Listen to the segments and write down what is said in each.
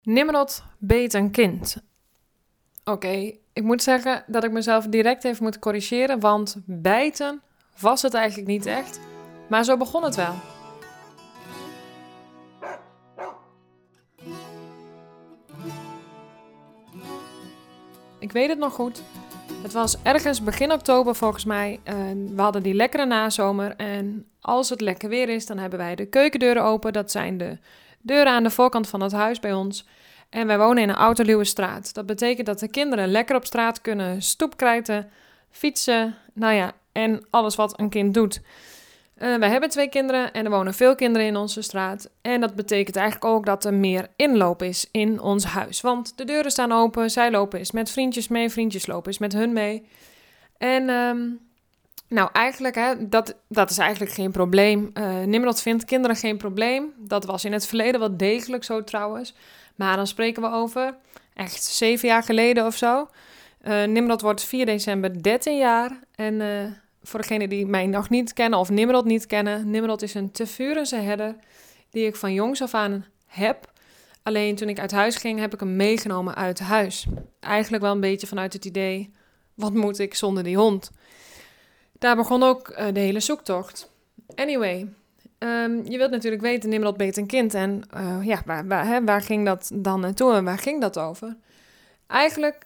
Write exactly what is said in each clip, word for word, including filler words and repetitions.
Nimrod beet een kind. Oké, okay, ik moet zeggen dat ik mezelf direct even moet corrigeren, want bijten was het eigenlijk niet echt, maar zo begon het wel. Ik weet het nog goed. Het was ergens begin oktober volgens mij. We hadden die lekkere nazomer en als het lekker weer is, dan hebben wij de keukendeuren open. Dat zijn de deuren aan de voorkant van het huis bij ons. En wij wonen in een autoluwe straat. Dat betekent dat de kinderen lekker op straat kunnen stoepkrijten, fietsen, nou ja, en alles wat een kind doet. Uh, wij hebben twee kinderen en er wonen veel kinderen in onze straat. En dat betekent eigenlijk ook dat er meer inloop is in ons huis. Want de deuren staan open, zij lopen eens met vriendjes mee, vriendjes lopen eens met hun mee. En um, nou eigenlijk, hè, dat, dat is eigenlijk geen probleem. Uh, Nimrod vindt kinderen geen probleem. Dat was in het verleden wel degelijk zo trouwens. Maar dan spreken we over echt zeven jaar geleden of zo. Uh, Nimrod wordt vier december dertien jaar en... Uh, Voor degenen die mij nog niet kennen of Nimrod niet kennen. Nimrod is een Tevurense herder die ik van jongs af aan heb. Alleen toen ik uit huis ging, heb ik hem meegenomen uit huis. Eigenlijk wel een beetje vanuit het idee, wat moet ik zonder die hond? Daar begon ook uh, de hele zoektocht. Anyway, um, je wilt natuurlijk weten, Nimrod beet een kind. En uh, ja, waar, waar, hè, waar ging dat dan naartoe en waar ging dat over? Eigenlijk,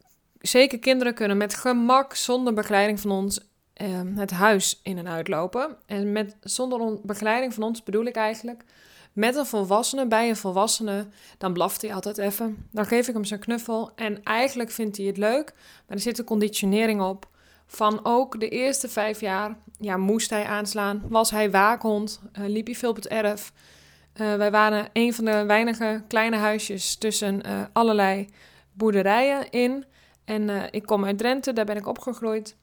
zeker kinderen kunnen met gemak, zonder begeleiding van ons... Uh, het huis in en uitlopen. En met, zonder on- begeleiding van ons bedoel ik eigenlijk... met een volwassene, bij een volwassene... dan blaft hij altijd even. Dan geef ik hem zijn knuffel. En eigenlijk vindt hij het leuk. Maar er zit een conditionering op... van ook de eerste vijf jaar... ja, moest hij aanslaan. Was hij waakhond. Uh, liep hij veel op het erf. Uh, wij waren een van de weinige kleine huisjes... tussen uh, allerlei boerderijen in. En uh, ik kom uit Drenthe, daar ben ik opgegroeid...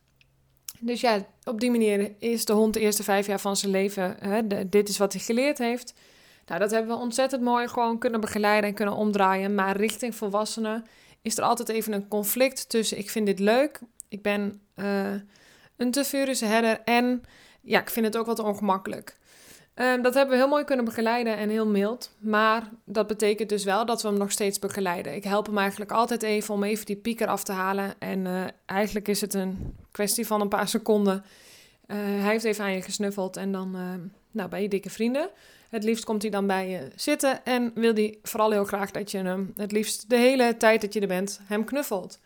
Dus ja, op die manier is de hond de eerste vijf jaar van zijn leven, hè, de, dit is wat hij geleerd heeft. Nou, dat hebben we ontzettend mooi gewoon kunnen begeleiden en kunnen omdraaien. Maar richting volwassenen is er altijd even een conflict tussen ik vind dit leuk, ik ben uh, een Tevurense herder en ja, ik vind het ook wat ongemakkelijk. Um, dat hebben we heel mooi kunnen begeleiden en heel mild. Maar dat betekent dus wel dat we hem nog steeds begeleiden. Ik help hem eigenlijk altijd even om even die pieker af te halen. En uh, eigenlijk is het een kwestie van een paar seconden. Uh, hij heeft even aan je gesnuffeld en dan uh, nou, ben je dikke vrienden. Het liefst komt hij dan bij je zitten en wil hij vooral heel graag dat je hem, het liefst de hele tijd dat je er bent, hem knuffelt.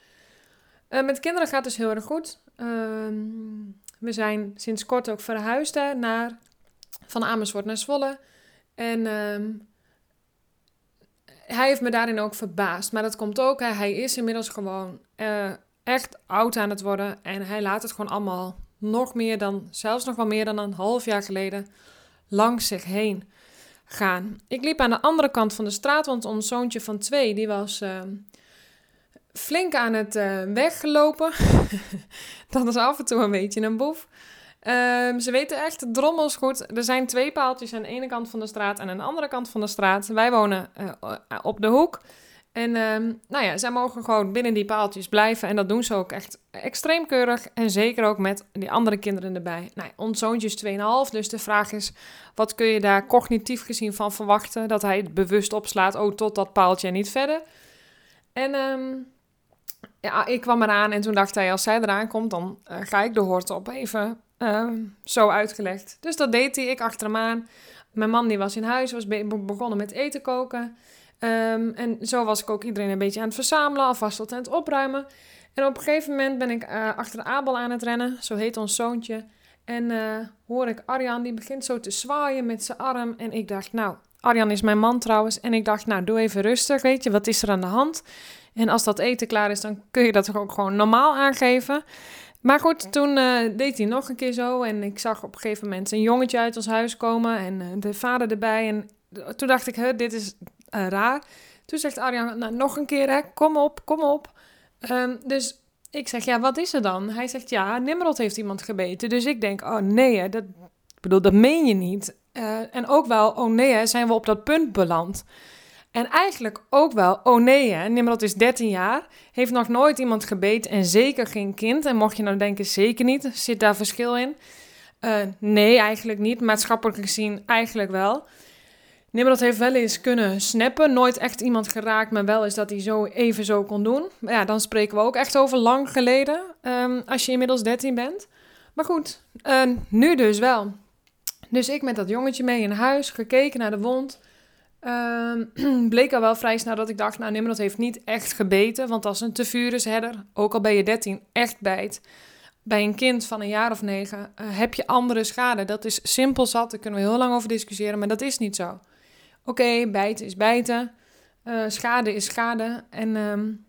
Uh, met kinderen gaat het dus heel erg goed. Uh, we zijn sinds kort ook verhuisd naar... van Amersfoort naar Zwolle. En um, hij heeft me daarin ook verbaasd. Maar dat komt ook, hè, hij is inmiddels gewoon uh, echt oud aan het worden. En hij laat het gewoon allemaal nog meer dan, zelfs nog wel meer dan een half jaar geleden, langs zich heen gaan. Ik liep aan de andere kant van de straat, want ons zoontje van twee, die was uh, flink aan het uh, weglopen. Dat is af en toe een beetje een boef. Um, ze weten echt drommels goed. Er zijn twee paaltjes aan de ene kant van de straat en aan de andere kant van de straat. Wij wonen uh, op de hoek. En um, nou ja, zij mogen gewoon binnen die paaltjes blijven. En dat doen ze ook echt extreem keurig. En zeker ook met die andere kinderen erbij. Nou, ons zoontje is twee komma vijf. Dus de vraag is, wat kun je daar cognitief gezien van verwachten? Dat hij het bewust opslaat, oh, tot dat paaltje en niet verder. En... Um, Ja, ik kwam eraan en toen dacht hij, als zij eraan komt, dan uh, ga ik de hort op. Even uh, zo uitgelegd. Dus dat deed hij, ik achter hem aan. Mijn man die was in huis, was be- begonnen met eten koken. Um, en zo was ik ook iedereen een beetje aan het verzamelen, alvast tot aan het opruimen. En op een gegeven moment ben ik uh, achter Abel aan het rennen, zo heet ons zoontje. En uh, hoor ik Arjan, die begint zo te zwaaien met zijn arm. En ik dacht, nou, Arjan is mijn man trouwens. En ik dacht, nou, doe even rustig, weet je, wat is er aan de hand? En als dat eten klaar is, dan kun je dat toch ook gewoon normaal aangeven. Maar goed, toen uh, deed hij nog een keer zo. En ik zag op een gegeven moment een jongetje uit ons huis komen. En uh, de vader erbij. En toen dacht ik, huh, dit is uh, raar. Toen zegt Arjan, nou, nog een keer, hè, kom op, kom op. Um, dus ik zeg, ja, wat is er dan? Hij zegt, ja, Nimrod heeft iemand gebeten. Dus ik denk, oh nee, hè, dat, ik bedoel, dat meen je niet. Uh, en ook wel, oh nee, hè, zijn we op dat punt beland. En eigenlijk ook wel, oh nee, hè, Nimrod is dertien jaar, heeft nog nooit iemand gebeten en zeker geen kind. En mocht je nou denken, zeker niet, zit daar verschil in? Uh, nee, eigenlijk niet, maatschappelijk gezien eigenlijk wel. Nimrod heeft wel eens kunnen snappen. Nooit echt iemand geraakt, maar wel eens dat hij zo even zo kon doen. Maar ja, dan spreken we ook echt over lang geleden. Um, als je inmiddels dertien bent. Maar goed, uh, nu dus wel. Dus ik met dat jongetje mee in huis, gekeken naar de wond. Um, bleek al wel vrij snel dat ik dacht, nou, Nimrod heeft niet echt gebeten. Want als een Tevurus-herder, ook al ben je dertien, echt bijt. Bij een kind van een jaar of negen uh, heb je andere schade. Dat is simpel zat, daar kunnen we heel lang over discussiëren, maar dat is niet zo. Oké, okay, bijten is bijten. Uh, schade is schade. En um,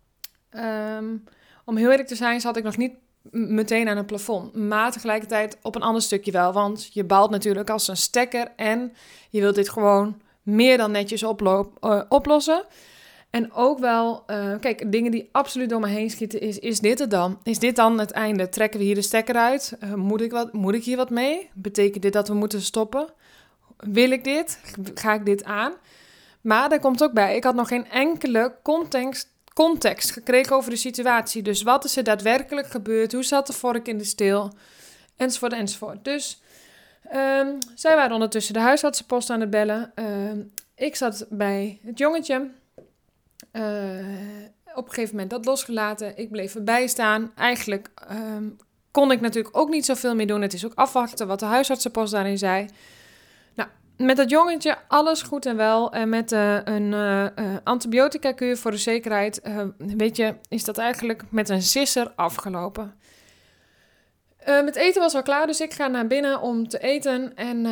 um, om heel eerlijk te zijn, zat ik nog niet m- meteen aan het plafond. Maar tegelijkertijd op een ander stukje wel. Want je baalt natuurlijk als een stekker. En je wilt dit gewoon meer dan netjes oplo- uh, oplossen. En ook wel, uh, kijk, dingen die absoluut door me heen schieten is, is dit het dan? Is dit dan het einde? Trekken we hier de stekker uit? Uh, moet ik wat, moet ik hier wat mee? Betekent dit dat we moeten stoppen? Wil ik dit? Ga ik dit aan? Maar daar komt ook bij, ik had nog geen enkele context, context gekregen over de situatie. Dus wat is er daadwerkelijk gebeurd? Hoe zat de vork in de steel? Enzovoort, enzovoort. Dus um, zij waren ondertussen de huisartsenpost aan het bellen. Uh, ik zat bij het jongetje. Uh, op een gegeven moment dat losgelaten. Ik bleef erbij staan. Eigenlijk um, kon ik natuurlijk ook niet zoveel meer doen. Het is ook afwachten wat de huisartsenpost daarin zei. Nou, met dat jongetje alles goed en wel. En met uh, een uh, uh, antibiotica-kuur voor de zekerheid, uh, weet je, is dat eigenlijk met een sisser afgelopen. Uh, met eten was al klaar, dus ik ga naar binnen om te eten. En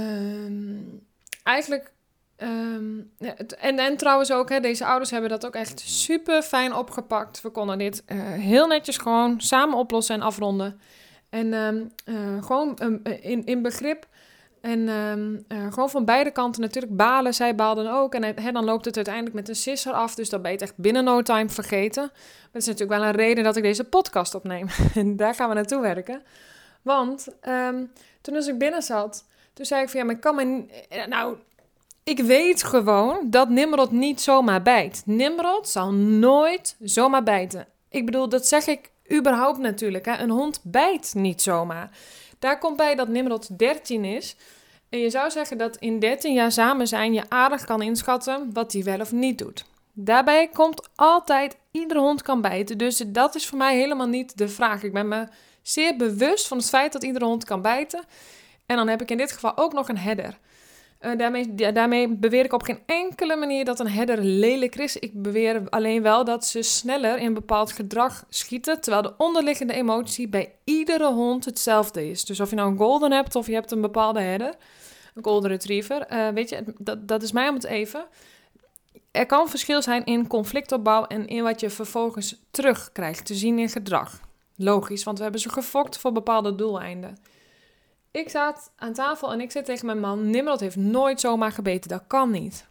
uh, eigenlijk... Um, ja, en, en trouwens ook, hè, deze ouders hebben dat ook echt super fijn opgepakt. We konden dit uh, heel netjes gewoon samen oplossen en afronden. En um, uh, gewoon um, in, in begrip. En um, uh, gewoon van beide kanten natuurlijk balen. Zij baalden ook. En hè, dan loopt het uiteindelijk met een sisser af. Dus dan ben je het echt binnen no time vergeten. Maar dat is natuurlijk wel een reden dat ik deze podcast opneem. En daar gaan we naartoe werken. Want um, toen als ik binnen zat, toen zei ik van ja, maar ik kan me... Nou... Ik weet gewoon dat Nimrod niet zomaar bijt. Nimrod zal nooit zomaar bijten. Ik bedoel, dat zeg ik überhaupt natuurlijk. Hè? Een hond bijt niet zomaar. Daar komt bij dat Nimrod dertien is. En je zou zeggen dat in dertien jaar samen zijn je aardig kan inschatten wat hij wel of niet doet. Daarbij komt altijd, iedere hond kan bijten. Dus dat is voor mij helemaal niet de vraag. Ik ben me zeer bewust van het feit dat iedere hond kan bijten. En dan heb ik in dit geval ook nog een herder. Uh, daarmee, ja, daarmee beweer ik op geen enkele manier dat een herder lelijk is. Ik beweer alleen wel dat ze sneller in bepaald gedrag schieten, terwijl de onderliggende emotie bij iedere hond hetzelfde is. Dus of je nou een golden hebt of je hebt een bepaalde herder, een golden retriever, uh, weet je, dat, dat is mij om het even. Er kan verschil zijn in conflictopbouw en in wat je vervolgens terugkrijgt te zien in gedrag. Logisch, want we hebben ze gefokt voor bepaalde doeleinden. Ik zat aan tafel en ik zei tegen mijn man, Nimrod heeft nooit zomaar gebeten, dat kan niet.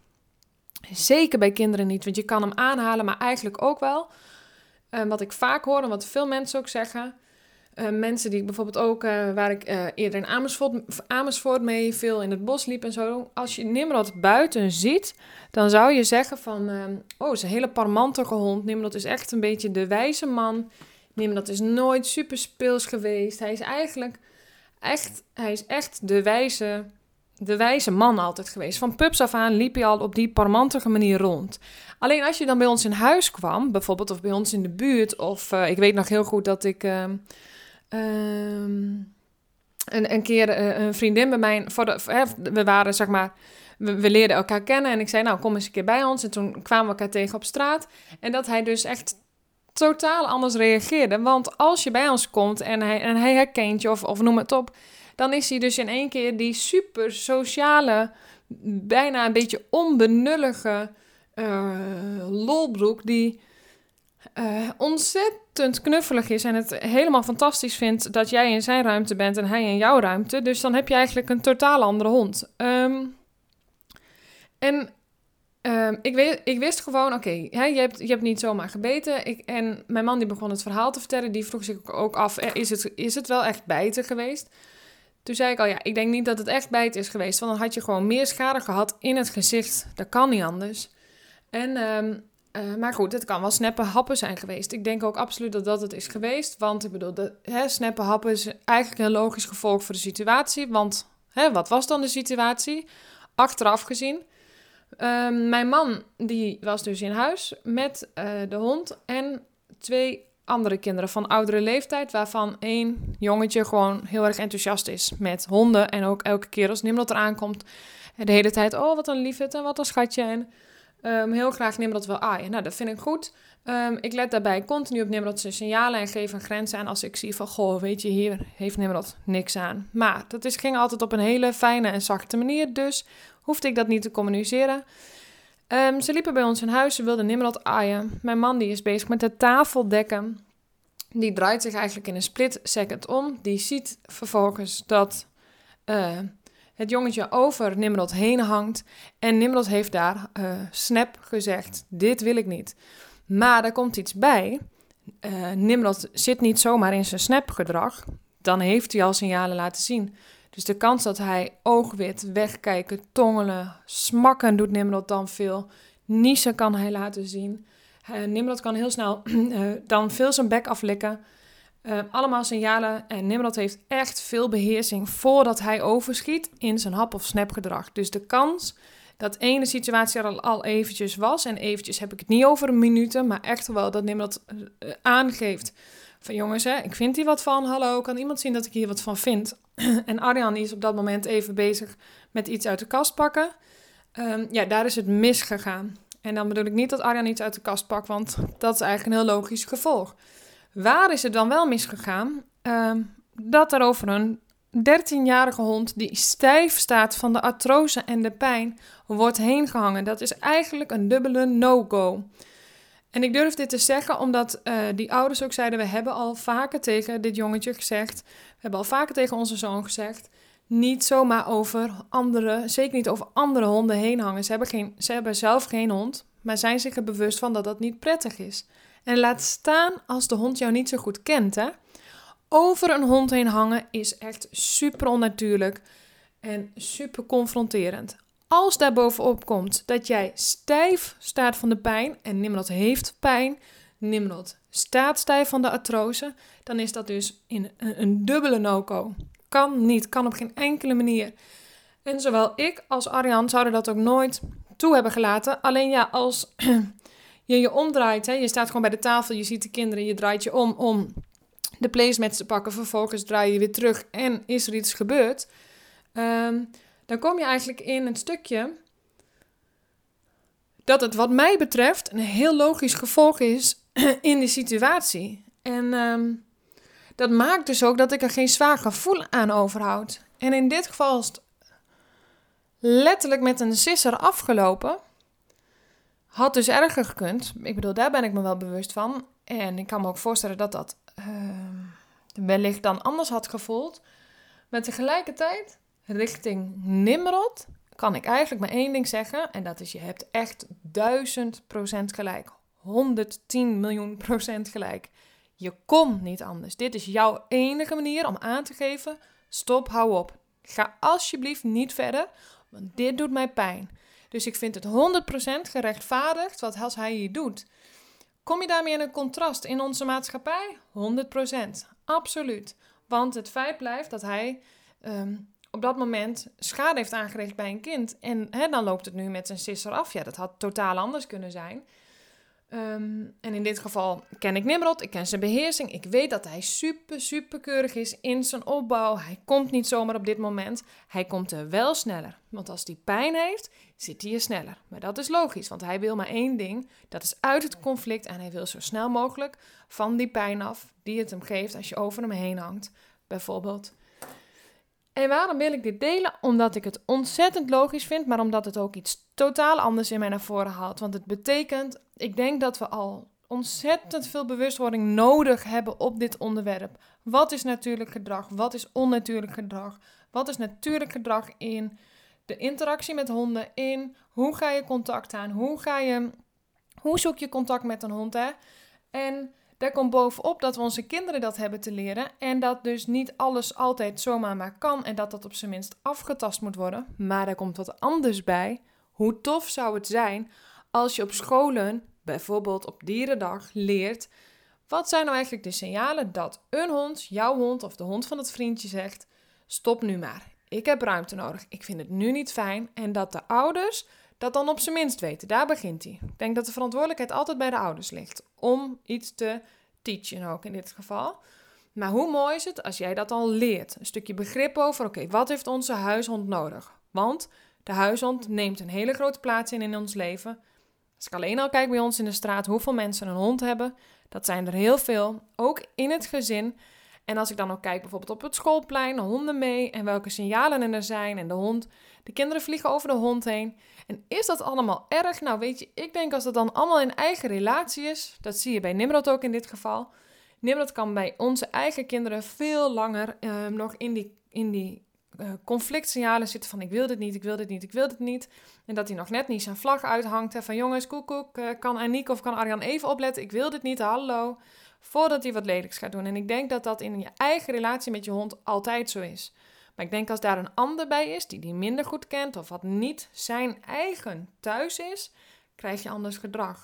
Zeker bij kinderen niet, want je kan hem aanhalen, maar eigenlijk ook wel. Uh, wat ik vaak hoor en wat veel mensen ook zeggen, uh, mensen die ik bijvoorbeeld ook, uh, waar ik uh, eerder in Amersfoort, Amersfoort mee veel in het bos liep en zo. Als je Nimrod buiten ziet, dan zou je zeggen van, uh, oh, het is een hele parmantige hond. Nimrod is echt een beetje de wijze man. Nimrod is nooit super speels geweest. Hij is eigenlijk... Echt, hij is echt de wijze, de wijze man altijd geweest. Van pups af aan liep hij al op die parmantige manier rond. Alleen als je dan bij ons in huis kwam, bijvoorbeeld, of bij ons in de buurt, of uh, ik weet nog heel goed dat ik uh, uh, een, een keer uh, een vriendin bij mij, voor de, uh, we waren zeg maar, we, we leerden elkaar kennen en ik zei, nou kom eens een keer bij ons. En toen kwamen we elkaar tegen op straat en dat hij dus echt totaal anders reageerde. Want als je bij ons komt en hij, en hij herkent je of, of noem het op, dan is hij dus in één keer die super sociale, bijna een beetje onbenullige uh, lolbroek die uh, ontzettend knuffelig is en het helemaal fantastisch vindt dat jij in zijn ruimte bent en hij in jouw ruimte. Dus dan heb je eigenlijk een totaal andere hond. Um, en Um, ik, weet, ik wist gewoon, oké, okay, je, hebt, je hebt niet zomaar gebeten. Ik, en mijn man die begon het verhaal te vertellen, die vroeg zich ook af, is het, is het wel echt bijten geweest? Toen zei ik al, ja, ik denk niet dat het echt bijten is geweest, want dan had je gewoon meer schade gehad in het gezicht. Dat kan niet anders. En, um, uh, maar goed, het kan wel snappen happen zijn geweest. Ik denk ook absoluut dat dat het is geweest, want ik bedoel, de, hè, snappen happen is eigenlijk een logisch gevolg voor de situatie, want hè, wat was dan de situatie? achteraf gezien. Um, mijn man die was dus in huis met uh, de hond en twee andere kinderen van oudere leeftijd, waarvan één jongetje gewoon heel erg enthousiast is met honden. En ook elke keer als Nimrod eraan komt, de hele tijd, oh wat een liefheid en wat een schatje. En um, heel graag Nimrod wil aaien. Nou, dat vind ik goed. Um, ik let daarbij continu op Nimrod zijn signalen en geef een grens aan als ik zie van, goh, weet je, hier heeft Nimrod niks aan. Maar dat is, ging altijd op een hele fijne en zachte manier, dus hoefde ik dat niet te communiceren. Um, ze liepen bij ons in huis, ze wilden Nimrod aaien. Mijn man die is bezig met de tafel dekken. Die draait zich eigenlijk in een split second om. Die ziet vervolgens dat uh, het jongetje over Nimrod heen hangt. En Nimrod heeft daar uh, snap gezegd, dit wil ik niet. Maar er komt iets bij. Uh, Nimrod zit niet zomaar in zijn snapgedrag. Dan heeft hij al signalen laten zien. Dus de kans dat hij oogwit, wegkijken, tongelen, smakken doet Nimrod dan veel. Niezen kan hij laten zien. Uh, Nimrod kan heel snel uh, dan veel zijn bek aflikken. Uh, allemaal signalen. En Nimrod heeft echt veel beheersing voordat hij overschiet in zijn hap- of snapgedrag. Dus de kans dat ene situatie er al, al eventjes was. En eventjes heb ik het niet over een minuten, maar echt wel dat Nimrod uh, aangeeft. Van jongens, hè, ik vind hier wat van. Hallo, kan iemand zien dat ik hier wat van vind? En Arjan is op dat moment even bezig met iets uit de kast pakken. Um, ja, daar is het misgegaan. En dan bedoel ik niet dat Arjan iets uit de kast pakt, want dat is eigenlijk een heel logisch gevolg. Waar is het dan wel misgegaan? Um, dat er over een dertienjarige hond die stijf staat van de artrose en de pijn wordt heen gehangen. Dat is eigenlijk een dubbele no-go. En ik durf dit te zeggen omdat uh, die ouders ook zeiden, we hebben al vaker tegen dit jongetje gezegd, we hebben al vaker tegen onze zoon gezegd, niet zomaar over andere, zeker niet over andere honden heen hangen. Ze hebben, geen, ze hebben zelf geen hond, maar zijn zich er bewust van dat dat niet prettig is. En laat staan als de hond jou niet zo goed kent, hè. Over een hond heen hangen is echt super onnatuurlijk en super confronterend. Als daar bovenop komt dat jij stijf staat van de pijn, en Nimrod heeft pijn, Nimrod staat stijf van de artrose, dan is dat dus in een, een dubbele no-go. Kan niet, kan op geen enkele manier. En zowel ik als Arjan zouden dat ook nooit toe hebben gelaten. Alleen ja, als je je omdraait, hè, je staat gewoon bij de tafel, je ziet de kinderen, je draait je om om de placemats te pakken, vervolgens draai je weer terug en is er iets gebeurd, um, dan kom je eigenlijk in een stukje dat het wat mij betreft een heel logisch gevolg is in die situatie. En um, dat maakt dus ook dat ik er geen zwaar gevoel aan overhoud. En in dit geval is het letterlijk met een sisser afgelopen. Had dus erger gekund. Ik bedoel, daar ben ik me wel bewust van. En ik kan me ook voorstellen dat dat uh, wellicht dan anders had gevoeld. Maar tegelijkertijd, richting Nimrod, kan ik eigenlijk maar één ding zeggen. En dat is, je hebt echt duizend procent gelijk. honderdtien miljoen procent gelijk. Je kon niet anders. Dit is jouw enige manier om aan te geven, stop, hou op. Ga alsjeblieft niet verder, want dit doet mij pijn. Dus ik vind het honderd procent gerechtvaardigd wat als hij hier doet. Kom je daarmee in een contrast in onze maatschappij? honderd procent, absoluut. Want het feit blijft dat hij um, op dat moment schade heeft aangericht bij een kind. En hè, dan loopt het nu met zijn sisser af. Ja, dat had totaal anders kunnen zijn. Um, en in dit geval ken ik Nimrod, ik ken zijn beheersing. Ik weet dat hij super, super keurig is in zijn opbouw. Hij komt niet zomaar op dit moment. Hij komt er wel sneller. Want als hij pijn heeft, zit hij er sneller. Maar dat is logisch, want hij wil maar één ding. Dat is uit het conflict en hij wil zo snel mogelijk van die pijn af die het hem geeft als je over hem heen hangt, bijvoorbeeld. En waarom wil ik dit delen? Omdat ik het ontzettend logisch vind, maar omdat het ook iets totaal anders in mij naar voren haalt. Want het betekent, ik denk dat we al ontzettend veel bewustwording nodig hebben op dit onderwerp. Wat is natuurlijk gedrag? Wat is onnatuurlijk gedrag? Wat is natuurlijk gedrag in de interactie met honden? In hoe ga je contact aan? Hoe ga je, hoe zoek je contact met een hond? Hè? En daar komt bovenop dat we onze kinderen dat hebben te leren en dat dus niet alles altijd zomaar maar kan en dat dat op zijn minst afgetast moet worden. Maar daar komt wat anders bij. Hoe tof zou het zijn als je op scholen, bijvoorbeeld op dierendag, leert wat zijn nou eigenlijk de signalen dat een hond, jouw hond of de hond van het vriendje zegt, stop nu maar. ik heb ruimte nodig, ik vind het nu niet fijn. En dat de ouders dat dan op zijn minst weten. Daar begint hij. Ik denk dat de verantwoordelijkheid altijd bij de ouders ligt. Om iets te teachen ook in dit geval. Maar hoe mooi is het als jij dat al leert. Een stukje begrip over, oké, okay, wat heeft onze huishond nodig? Want de huishond neemt een hele grote plaats in in ons leven. Als ik alleen al kijk bij ons in de straat hoeveel mensen een hond hebben. Dat zijn er heel veel. Ook in het gezin. En als ik dan ook kijk bijvoorbeeld op het schoolplein, de honden mee en welke signalen er zijn en de hond. De kinderen vliegen over de hond heen. En is dat allemaal erg? Nou weet je, ik denk als dat dan allemaal in eigen relatie is, dat zie je bij Nimrod ook in dit geval. Nimrod kan bij onze eigen kinderen veel langer uh, nog in die, in die uh, conflictsignalen zitten van ik wil dit niet, ik wil dit niet, ik wil dit niet. En dat hij nog net niet zijn vlag uithangt hè, van jongens, koek, koek, uh, kan Aniek of kan Arjan even opletten, ik wil dit niet, hallo. Voordat hij wat lelijks gaat doen. En ik denk dat dat in je eigen relatie met je hond altijd zo is. Maar ik denk als daar een ander bij is, die die minder goed kent, of wat niet zijn eigen thuis is, krijg je anders gedrag.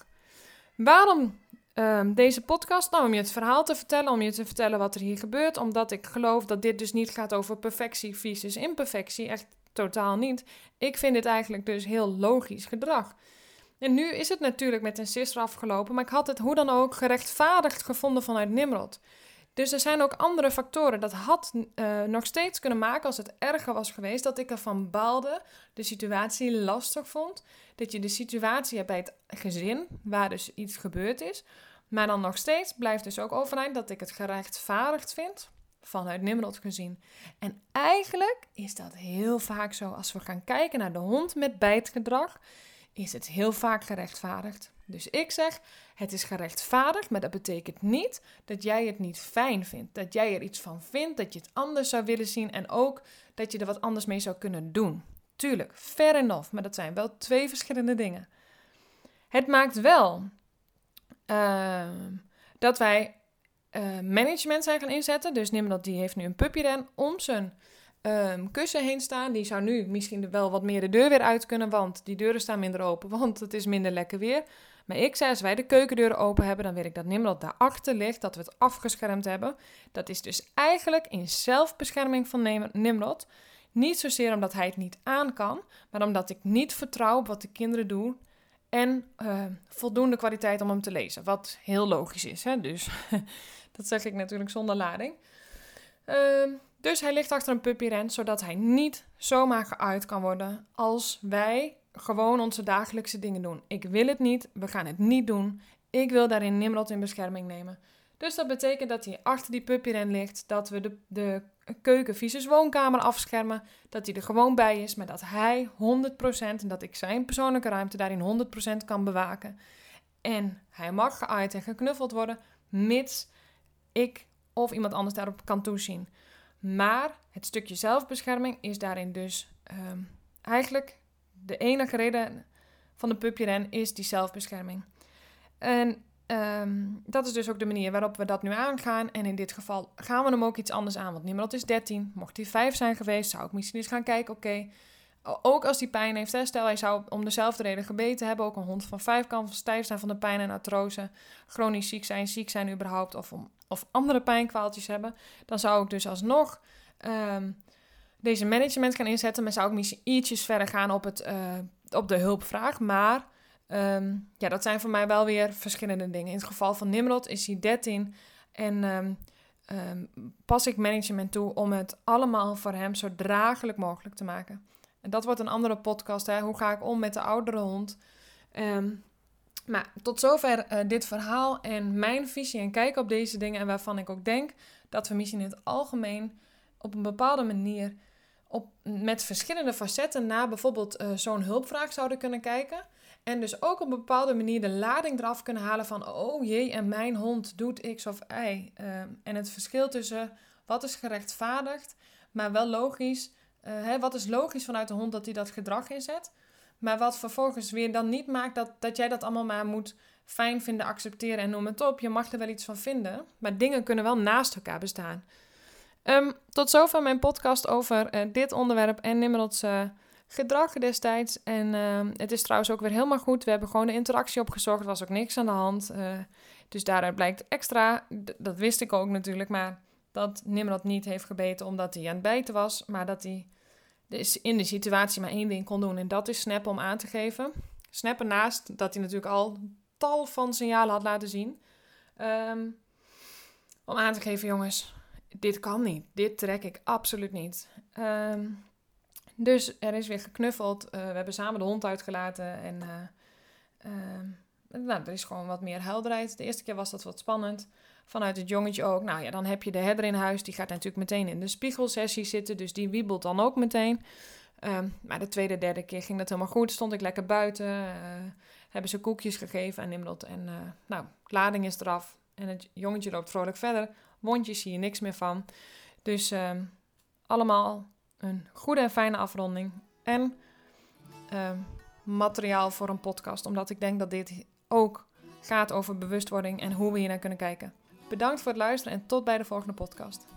Waarom uh, deze podcast? Nou, om je het verhaal te vertellen, om je te vertellen wat er hier gebeurt. Omdat ik geloof dat dit dus niet gaat over perfectie versus imperfectie. Echt totaal niet. Ik vind dit eigenlijk dus heel logisch gedrag. En nu is het natuurlijk met een sister afgelopen, maar ik had het hoe dan ook gerechtvaardigd gevonden vanuit Nimrod. Dus er zijn ook andere factoren. Dat had uh, nog steeds kunnen maken als het erger was geweest, dat ik ervan baalde, de situatie lastig vond. Dat je de situatie hebt bij het gezin, waar dus iets gebeurd is. Maar dan nog steeds blijft dus ook overeind dat ik het gerechtvaardigd vind, vanuit Nimrod gezien. En eigenlijk is dat heel vaak zo. Als we gaan kijken naar de hond met bijtgedrag, is het heel vaak gerechtvaardigd. Dus ik zeg, het is gerechtvaardigd, maar dat betekent niet dat jij het niet fijn vindt. Dat jij er iets van vindt, dat je het anders zou willen zien en ook dat je er wat anders mee zou kunnen doen. Tuurlijk, fair enough, maar dat zijn wel twee verschillende dingen. Het maakt wel uh, dat wij uh, management zijn gaan inzetten. Dus Nimrod die heeft nu een puppyren om zijn Um, kussen heen staan. Die zou nu misschien wel wat meer de deur weer uit kunnen, want die deuren staan minder open, want het is minder lekker weer. Maar ik zei, als wij de keukendeuren open hebben, dan weet ik dat Nimrod daarachter ligt, dat we het afgeschermd hebben. Dat is dus eigenlijk in zelfbescherming van Nimrod. Niet zozeer omdat hij het niet aan kan, maar omdat ik niet vertrouw op wat de kinderen doen en uh, voldoende kwaliteit om hem te lezen. Wat heel logisch is, hè? Dus dat zeg ik natuurlijk zonder lading. Uh, Dus hij ligt achter een puppyren, zodat hij niet zomaar geuit kan worden als wij gewoon onze dagelijkse dingen doen. Ik wil het niet, we gaan het niet doen. Ik wil daarin Nimrod in bescherming nemen. Dus dat betekent dat hij achter die puppyren ligt, dat we de, de keuken visus woonkamer afschermen, dat hij er gewoon bij is, maar dat hij honderd procent, en dat ik zijn persoonlijke ruimte daarin honderd procent kan bewaken. En hij mag geuit en geknuffeld worden, mits ik of iemand anders daarop kan toezien. Maar het stukje zelfbescherming is daarin dus um, eigenlijk de enige reden van de puppyren is die zelfbescherming. En um, dat is dus ook de manier waarop we dat nu aangaan. En in dit geval gaan we hem ook iets anders aan. Want Nimrod is dertien. Mocht hij vijf zijn geweest, zou ik misschien eens gaan kijken. Oké, okay, ook als hij pijn heeft. Hè, stel hij zou om dezelfde reden gebeten hebben. Ook een hond van vijf kan stijf zijn van de pijn en artrose. Chronisch ziek zijn, ziek zijn überhaupt. Of, om, of andere pijnkwaaltjes hebben. Dan zou ik dus alsnog um, deze management gaan inzetten. Maar zou ik misschien ietsjes verder gaan op, het, uh, op de hulpvraag. Maar um, ja, dat zijn voor mij wel weer verschillende dingen. In het geval van Nimrod is hij dertien. En um, um, pas ik management toe om het allemaal voor hem zo draaglijk mogelijk te maken. En dat wordt een andere podcast. Hè? Hoe ga ik om met de oudere hond? Um, maar tot zover uh, dit verhaal en mijn visie en kijk op deze dingen. En waarvan ik ook denk dat we misschien in het algemeen op een bepaalde manier op, met verschillende facetten naar bijvoorbeeld uh, zo'n hulpvraag zouden kunnen kijken. En dus ook op een bepaalde manier de lading eraf kunnen halen van oh jee, en mijn hond doet X of Y. Uh, en het verschil tussen wat is gerechtvaardigd, maar wel logisch. Uh, hè, wat is logisch vanuit de hond dat hij dat gedrag inzet. Maar wat vervolgens weer dan niet maakt dat, dat jij dat allemaal maar moet fijn vinden, accepteren en noem het op. Je mag er wel iets van vinden, maar dingen kunnen wel naast elkaar bestaan. Um, tot zover mijn podcast over uh, dit onderwerp en Nimrod's uh, gedrag destijds. En uh, het is trouwens ook weer helemaal goed. We hebben gewoon de interactie opgezocht. Er was ook niks aan de hand. Uh, dus daaruit blijkt extra, d- dat wist ik ook natuurlijk, maar dat Nimrod niet heeft gebeten omdat hij aan het bijten was, maar dat hij dus in de situatie maar één ding kon doen. En dat is snappen om aan te geven. Snappen naast dat hij natuurlijk al tal van signalen had laten zien. Um, om aan te geven, jongens, dit kan niet. Dit trek ik absoluut niet. Um, dus er is weer geknuffeld. Uh, we hebben samen de hond uitgelaten. En uh, uh, nou, er is gewoon wat meer helderheid. De eerste keer was dat wat spannend. Vanuit het jongetje ook. Nou ja, dan heb je de herder in huis. Die gaat natuurlijk meteen in de spiegelsessie zitten. Dus die wiebelt dan ook meteen. Um, maar de tweede, derde keer ging dat helemaal goed. Stond ik lekker buiten. Uh, hebben ze koekjes gegeven aan Nimrod. En uh, nou, lading is eraf. En het jongetje loopt vrolijk verder. Wondjes zie je niks meer van. Dus uh, allemaal een goede en fijne afronding. En uh, materiaal voor een podcast. Omdat ik denk dat dit ook gaat over bewustwording en hoe we hier naar kunnen kijken. Bedankt voor het luisteren en tot bij de volgende podcast.